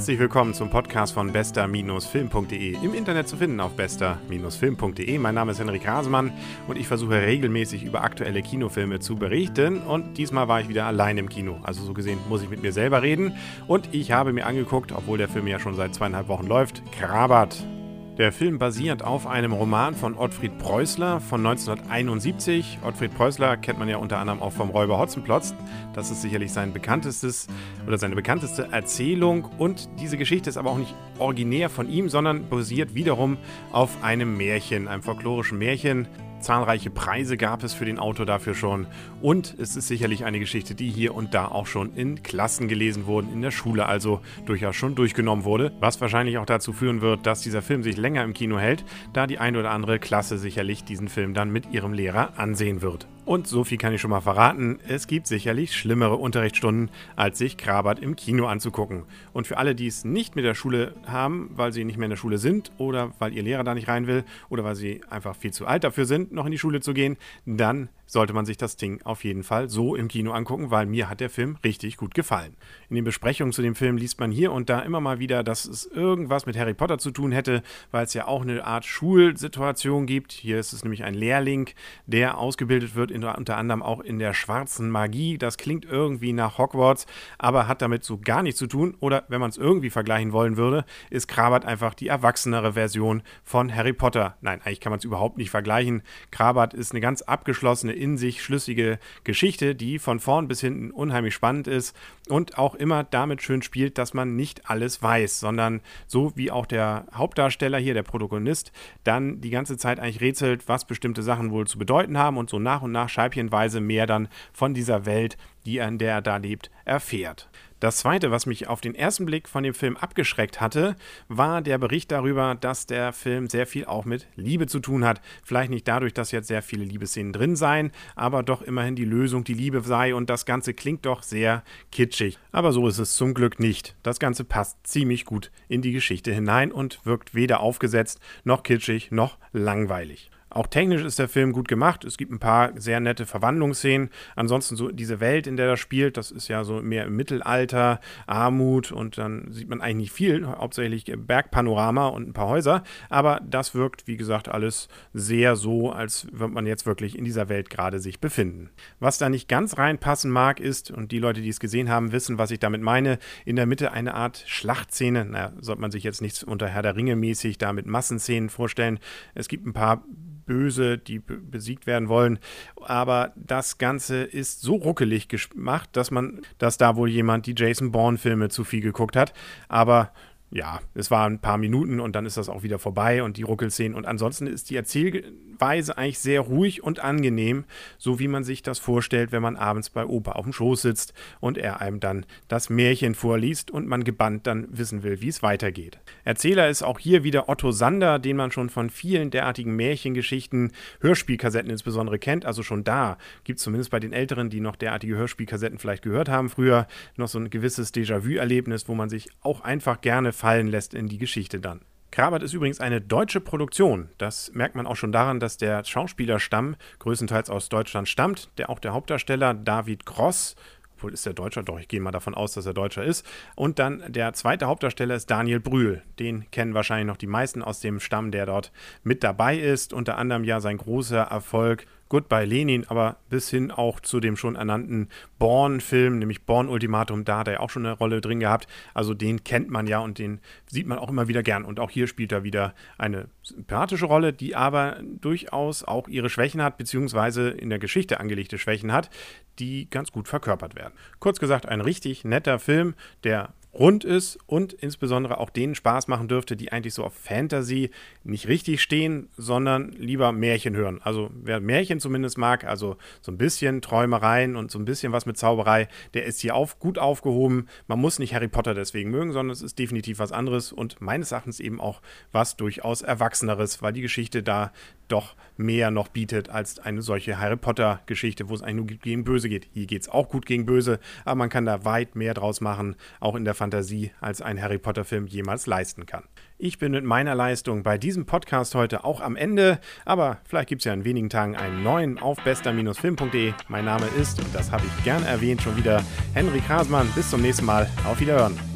Herzlich willkommen zum Podcast von bester-film.de, im Internet zu finden auf bester-film.de. Mein Name ist Henrik Rasemann und ich versuche regelmäßig über aktuelle Kinofilme zu berichten, und diesmal war ich wieder allein im Kino. Also so gesehen muss ich mit mir selber reden, und ich habe mir angeguckt, obwohl der Film ja schon seit 2,5 Wochen läuft, Krabat. Der Film basiert auf einem Roman von Ottfried Preußler von 1971. Ottfried Preußler kennt man ja unter anderem auch vom Räuber Hotzenplotz. Das ist sicherlich seine bekannteste Erzählung. Und diese Geschichte ist aber auch nicht originär von ihm, sondern basiert wiederum auf einem Märchen, einem folklorischen Märchen. Zahlreiche Preise gab es für den Autor dafür schon, und es ist sicherlich eine Geschichte, die hier und da auch schon in Klassen gelesen wurde, in der Schule also durchaus schon durchgenommen wurde, was wahrscheinlich auch dazu führen wird, dass dieser Film sich länger im Kino hält, da die ein oder andere Klasse sicherlich diesen Film dann mit ihrem Lehrer ansehen wird. Und so viel kann ich schon mal verraten, es gibt sicherlich schlimmere Unterrichtsstunden, als sich Krabat im Kino anzugucken. Und für alle, die es nicht mit der Schule haben, weil sie nicht mehr in der Schule sind oder weil ihr Lehrer da nicht rein will oder weil sie einfach viel zu alt dafür sind, noch in die Schule zu gehen, dann sollte man sich das Ding auf jeden Fall so im Kino angucken, weil mir hat der Film richtig gut gefallen. In den Besprechungen zu dem Film liest man hier und da immer mal wieder, dass es irgendwas mit Harry Potter zu tun hätte, weil es ja auch eine Art Schulsituation gibt. Hier ist es nämlich ein Lehrling, der ausgebildet wird, unter anderem auch in der schwarzen Magie. Das klingt irgendwie nach Hogwarts, aber hat damit so gar nichts zu tun. Oder wenn man es irgendwie vergleichen wollen würde, ist Krabat einfach die erwachsenere Version von Harry Potter. Nein, eigentlich kann man es überhaupt nicht vergleichen. Krabat ist eine ganz abgeschlossene, in sich schlüssige Geschichte, die von vorn bis hinten unheimlich spannend ist und auch immer damit schön spielt, dass man nicht alles weiß, sondern so wie auch der Hauptdarsteller hier, der Protagonist, dann die ganze Zeit eigentlich rätselt, was bestimmte Sachen wohl zu bedeuten haben, und so nach und nach scheibchenweise mehr dann von dieser Welt, in der er da lebt, erfährt. Das Zweite, was mich auf den ersten Blick von dem Film abgeschreckt hatte, war der Bericht darüber, dass der Film sehr viel auch mit Liebe zu tun hat. Vielleicht nicht dadurch, dass jetzt sehr viele Liebesszenen drin seien, aber doch immerhin die Lösung die Liebe sei, und das Ganze klingt doch sehr kitschig. Aber so ist es zum Glück nicht. Das Ganze passt ziemlich gut in die Geschichte hinein und wirkt weder aufgesetzt, noch kitschig, noch langweilig. Auch technisch ist der Film gut gemacht. Es gibt ein paar sehr nette Verwandlungsszenen. Ansonsten so diese Welt, in der das spielt, das ist ja so mehr im Mittelalter, Armut, und dann sieht man eigentlich nicht viel, hauptsächlich Bergpanorama und ein paar Häuser. Aber das wirkt, wie gesagt, alles sehr so, als würde man jetzt wirklich in dieser Welt gerade sich befinden. Was da nicht ganz reinpassen mag ist, und die Leute, die es gesehen haben, wissen, was ich damit meine, in der Mitte eine Art Schlachtszene. Sollte man sich jetzt nichts unter Herr der Ringe mäßig da mit Massenszenen vorstellen. Es gibt ein paar Böse, die besiegt werden wollen, aber das Ganze ist so ruckelig gemacht, dass da wohl jemand die Jason Bourne-Filme zu viel geguckt hat, aber ja, es waren ein paar Minuten und dann ist das auch wieder vorbei, und die Ruckelszenen, und ansonsten ist die Erzählweise eigentlich sehr ruhig und angenehm, so wie man sich das vorstellt, wenn man abends bei Opa auf dem Schoß sitzt und er einem dann das Märchen vorliest und man gebannt dann wissen will, wie es weitergeht. Erzähler ist auch hier wieder Otto Sander, den man schon von vielen derartigen Märchengeschichten, Hörspielkassetten insbesondere kennt. Also schon da gibt es zumindest bei den Älteren, die noch derartige Hörspielkassetten vielleicht gehört haben früher, noch so ein gewisses Déjà-vu-Erlebnis, wo man sich auch einfach gerne fallen lässt in die Geschichte dann. Krabat ist übrigens eine deutsche Produktion. Das merkt man auch schon daran, dass der Schauspielerstamm größtenteils aus Deutschland stammt. Der Hauptdarsteller David Cross, obwohl ist der Deutscher, doch ich gehe mal davon aus, dass er Deutscher ist. Und dann der zweite Hauptdarsteller ist Daniel Brühl. Den kennen wahrscheinlich noch die meisten aus dem Stamm, der dort mit dabei ist. Unter anderem ja sein großer Erfolg Goodbye Lenin, aber bis hin auch zu dem schon ernannten Bourne-Film, nämlich Bourne Ultimatum, da hat er ja auch schon eine Rolle drin gehabt. Also den kennt man ja und den sieht man auch immer wieder gern. Und auch hier spielt er wieder eine sympathische Rolle, die aber durchaus auch ihre Schwächen hat, beziehungsweise in der Geschichte angelegte Schwächen hat, die ganz gut verkörpert werden. Kurz gesagt, ein richtig netter Film, der rund ist und insbesondere auch denen Spaß machen dürfte, die eigentlich so auf Fantasy nicht richtig stehen, sondern lieber Märchen hören. Also wer Märchen zumindest mag, also so ein bisschen Träumereien und so ein bisschen was mit Zauberei, der ist hier gut aufgehoben. Man muss nicht Harry Potter deswegen mögen, sondern es ist definitiv was anderes und meines Erachtens eben auch was durchaus Erwachseneres, weil die Geschichte da doch mehr noch bietet als eine solche Harry Potter Geschichte, wo es eigentlich nur gegen Böse geht. Hier geht es auch gut gegen Böse, aber man kann da weit mehr draus machen, auch in der Fantasie, als ein Harry Potter Film jemals leisten kann. Ich bin mit meiner Leistung bei diesem Podcast heute auch am Ende, aber vielleicht gibt es ja in wenigen Tagen einen neuen auf bester-film.de. Mein Name ist, und das habe ich gerne erwähnt, schon wieder Henrik Rasemann. Bis zum nächsten Mal. Auf Wiederhören.